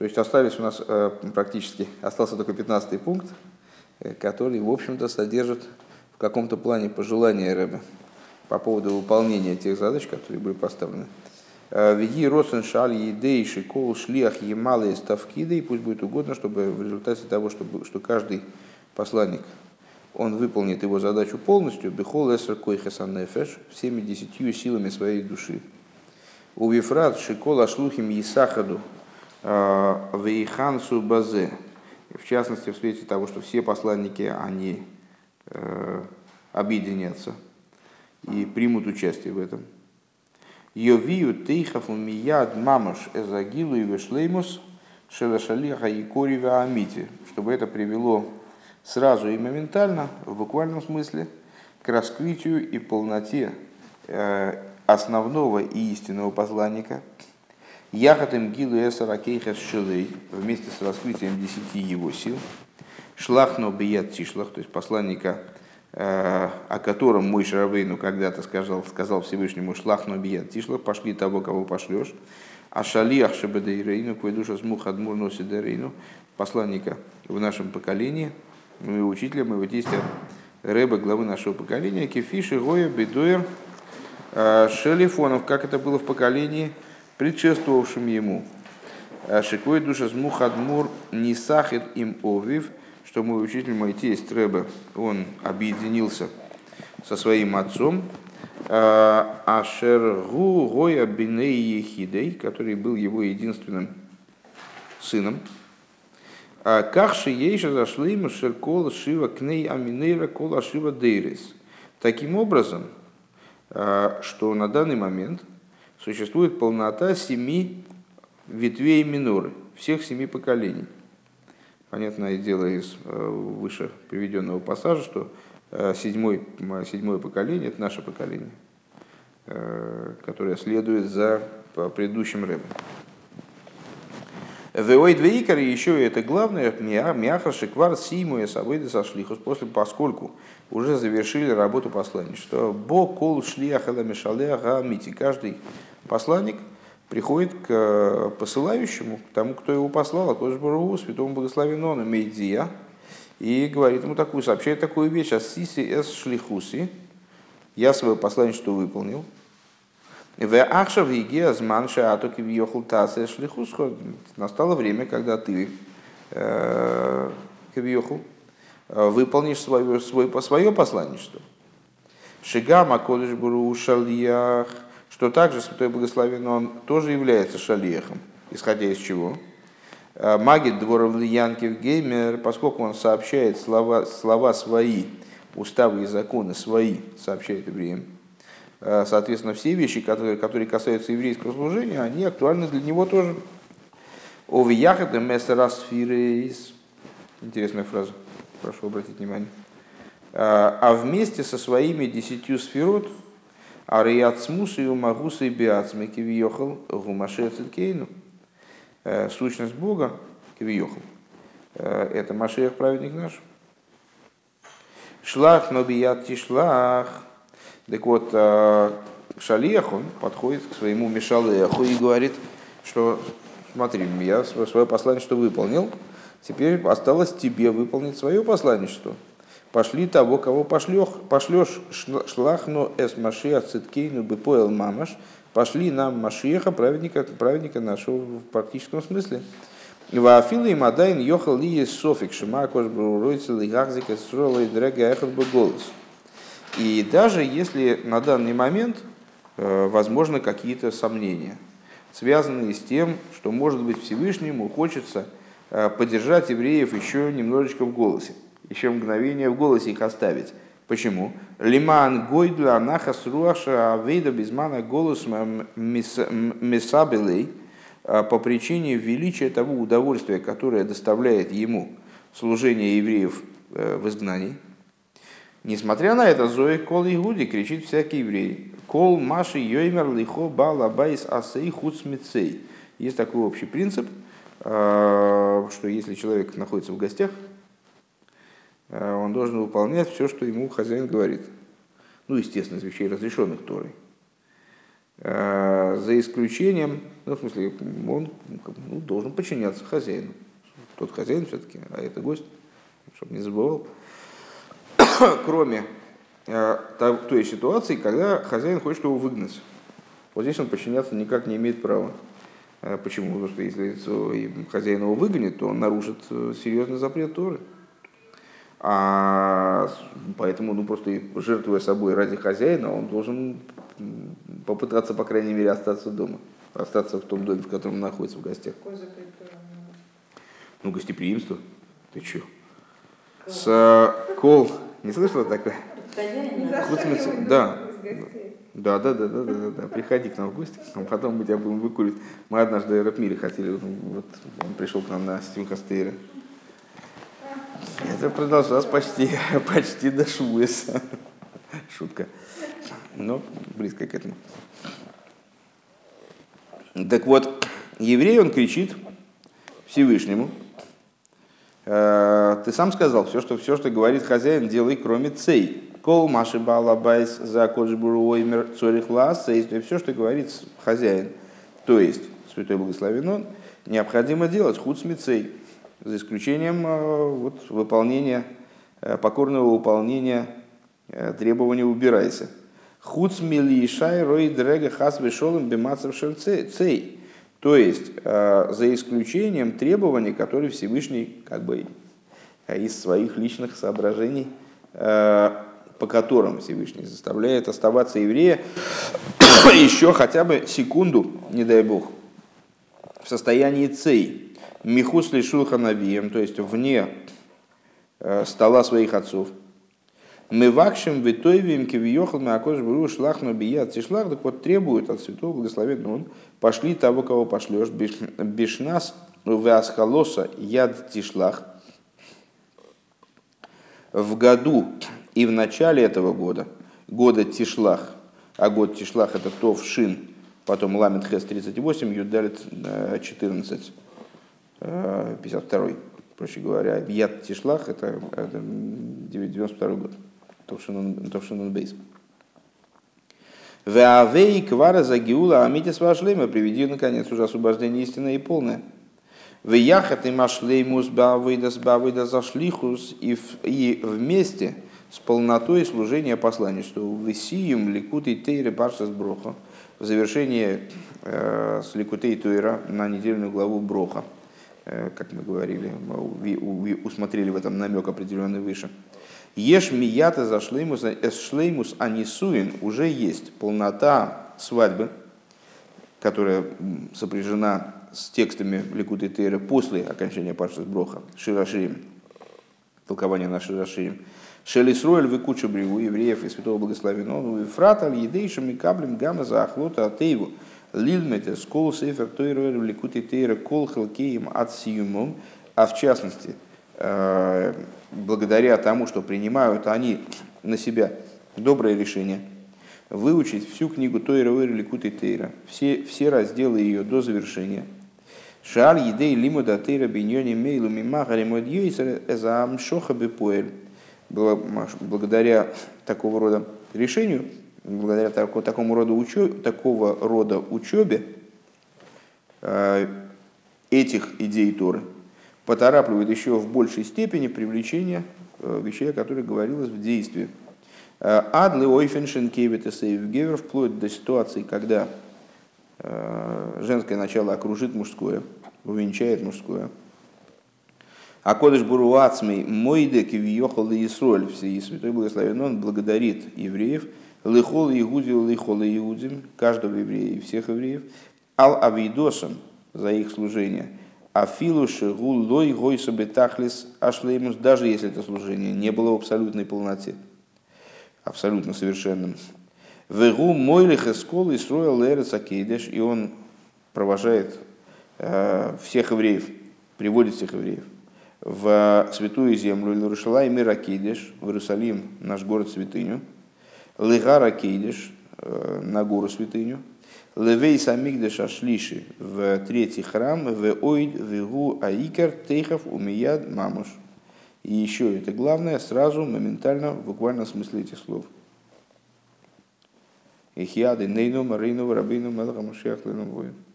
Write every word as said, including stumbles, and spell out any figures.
То есть остались у нас практически, остался только пятнадцатый пункт, который, в общем-то, содержит в каком-то плане пожелания Ребе по поводу выполнения тех задач, которые были поставлены. Веди Росен Шаль Едей Шикол Шлиах Емалы Ставкиды, и пусть будет угодно, чтобы в результате того, чтобы, что каждый посланник, он выполнит его задачу полностью, Бехол Эсер Койхесан Нефеш, всеми десятью силами своей души. У Вифрат Шикол Ашлухим Есахаду Вейхансу Базе, в частности, в свете того, что все посланники, они э, объединятся и примут участие в этом. Йовию тейхафу мияд мамаш эзагилу и вешлеймус шелашалиха и коривя амити, чтобы это привело сразу и моментально, в буквальном смысле, к раскрытию и полноте э, основного и истинного посланника. Яхатым гилу эсара кейхас шилей, вместе с раскрытием десяти его сил. Шлахно бият тишлах, то есть посланника, о котором Моше Рабейну когда-то сказал, сказал Всевышнему: шлахно бият тишлах, пошли того, кого пошлешь. А шалиах шебедейрейну, кведуша смух адмур носидерейну, посланника в нашем поколении, моего учителя, моего тестя Ребе, главы нашего поколения, кефиши гоя бедуэр шелифонов, как это было в поколении, предшествовавшим ему. Шикой душа смух адмур нисахет им овив, что мой учитель, мой тесть Ребе, он объединился со своим отцом, Ашергу Гоя Биней Ехидей, который был его единственным сыном. Кахши Ейша зашли Машеркола Шива Кней Аминейра Кола Шива Дейрис. Таким образом, что на данный момент существует полнота семи ветвей миноры, всех семи поколений. Понятное дело из выше приведенного пассажа, что седьмой, седьмое поколение – это наше поколение, которое следует за предыдущим Ребе. Веой двеикар, еще это главное, мяха шиквар симу и савойды сошлихус, после, поскольку уже завершили работу посланничества. Бо кол шлиаха мешалеа гамити. Каждый посланник приходит к посылающему, к тому, кто его послал, а Кош Баругу, святому благословенному Мейдия, и говорит ему такую, сообщает такую вещь: «Ассиси эс шлихуси», я свое посланничество выполнил. Настало время, когда ты, Кавиоху, выполнишь свое, свое, свое посланничество. Шигама Кодыш Баругу шалиях, что также Святой Благословенный он тоже является шалиехом, исходя из чего? Магит дворов Янкив Геймер, поскольку он сообщает слова, слова свои, уставы и законы свои, сообщает евреям. Соответственно, все вещи, которые, которые касаются еврейского служения, они актуальны для него тоже. Овияхат мессерасфирейс. Интересная фраза, прошу обратить внимание. А вместе со своими десятью сферот, ариатсмусу и умагусу и биацме кивиохал гумаше циткейну. Сущность Бога, кивиохал, это Машиах, праведник наш. Шлах нобият тишлах. Так вот, шалиах, он подходит к своему мешалеху и говорит, что смотри, я свое посланничество выполнил, теперь осталось тебе выполнить свое посланничество. Пошли того, кого пошлешь, пошлешь шлахно эс Машиах циткейну бепоэл мамаш, пошли нам Машиаха, праведника, праведника нашего в практическом смысле. Ваафилу им адайн йохал ли софик шима кош бруройцел и гахзика строила и дрэга эхот бы голос. И даже если на данный момент э, возможно какие-то сомнения, связанные с тем, что, может быть, Всевышнему хочется э, поддержать евреев еще немножечко в голосе, еще мгновение в голосе их оставить. Почему? Лиман гойдла нахас руаша авейда безмана голос месабелей, по причине величия того удовольствия, которое доставляет ему служение евреев в изгнании. Несмотря на это, Зои кол игуди, кричит всякий еврей: кол маши йоймер лихо бала байс асей хуцмицей. Есть такой общий принцип, что если человек находится в гостях, он должен выполнять все, что ему хозяин говорит. Ну, естественно, из вещей, разрешенных Торой. За исключением, ну, в смысле, он ну, должен подчиняться хозяину. Тот хозяин все-таки, а это гость, чтобы не забывал. Кроме той ситуации, когда хозяин хочет его выгнать. Вот здесь он подчиняться никак не имеет права. Почему? Потому что если хозяин его выгонит, то он нарушит серьезный запрет Торы. А поэтому, ну, просто жертвуя собой ради хозяина, он должен попытаться, по крайней мере, остаться дома. Остаться в том доме, в котором он находится в гостях. Ну, гостеприимство. Ты че? С кол. Не слышала такое? Да. Да, да, да, да, да, да. Приходи к нам в гости, а потом мы тебя будем выкуривать. Мы однажды Рэп-Мире хотели, вот он пришел к нам на Стимхастейра. Это продолжалось почти, почти до Швуэса. Шутка. Но близко к этому. Так вот, еврей, он кричит Всевышнему. Ты сам сказал, все, что, все, что говорит хозяин, делай, кроме цей. Кол маши балабайс за коджбуруоймер цорих лас, все, что говорит хозяин, то есть святой благословен он, необходимо делать хуцмицей, за исключением вот, выполнения, покорного выполнения требования «убирайся». Хуцмили шай рой дрега хас вешолым бемацев цей. То есть, за исключением требований, которые Всевышний как бы из своих личных соображений, по которым Всевышний заставляет оставаться еврея еще хотя бы секунду, не дай бог, в состоянии цей, михус ли шулханавием, то есть вне стола своих отцов. Мы вакшим витойвим кивиохал мякош бру шлахну бият тишлах, так вот требует от святого благословенного он, пошли того, кого пошлешь, бишнас вясхалоса яд тишлах, в году и в начале этого года, года Тишлах, а год Тишлах это Тов Шин, потом Ламет Хес тридцать восемь, Юдалит четырнадцать, пятьдесят второй, проще говоря. Яд Тишлах это, это девяносто второй год, Тов Шин Бейс. Веавей квара загиула амитис вашлема, приведи наконец уже освобождение истинное и полное. Веяхат и машлеймус бавыдас бавыдас зашлихус, и вместе с полнотой служения послания, что в Исием ликутей тейре паршас броха, в завершении э, с ликутей тейра на недельную главу броха, э, как мы говорили, мы усмотрели в этом намек определенный выше. Еш мията за шлеймус, шлеймус анисуин, уже есть полнота свадьбы, которая сопряжена с текстами ликутей тейра после окончания паршас броха, шираширим, толкование на шираширим. Шелисроэль выкучу бреву евреев и святого благословенного, фрат аль едейшим и каблем гамма за ахлота атееву, лильмете скол сейфер тойруэль в ликуте тейра кол хелкеем от сиюмом, а в частности, благодаря тому, что принимают они на себя доброе решение, выучить всю книгу Тойра Ойр ликуте тейра, все, все разделы ее до завершения. Шар едей лимуда тейра биньони мейлу мимахари модьёйсер эзаам шоха бепоэль. Благодаря такого рода решению, благодаря такому, такому рода учебе, такого рода учебе э, этих идей Торы поторапливает еще в большей степени привлечение э, вещей, о которых говорилось в действии. Адлы ойфеншен кевит и сейвгевер, вплоть до ситуации, когда э, женское начало окружит мужское, увенчает мужское. А Кодыш Буру Ацмей Мойде Кивиохал и Исроль, все святой благословен он благодарит евреев, Лихол Игудил Лихол Иудим, каждого еврея и всех евреев, Ал Авидосом за их служение, Афилу Шигу Лой Гойсу Бетахлис Ашлеймус, даже если это служение не было в абсолютной полноте, абсолютно совершенным. Вегу Мойлих Эскол Исроэл Эрец Акейдеш, и он провожает э, всех евреев, приводит всех евреев в святую землю Иерушалаим и Ракейдеш, в Иерусалим, наш город святыню, Лега Ракейдеш, на гору святыню, Левей Самигдеш Ашлиши, в третий храм, в Ойд Вегу Аикер Тейхов Умияд Мамуш. И еще это главное, сразу, моментально, в буквальном смысле этих слов. Ихиады нейну марину рабину мелаха машиах лену воин.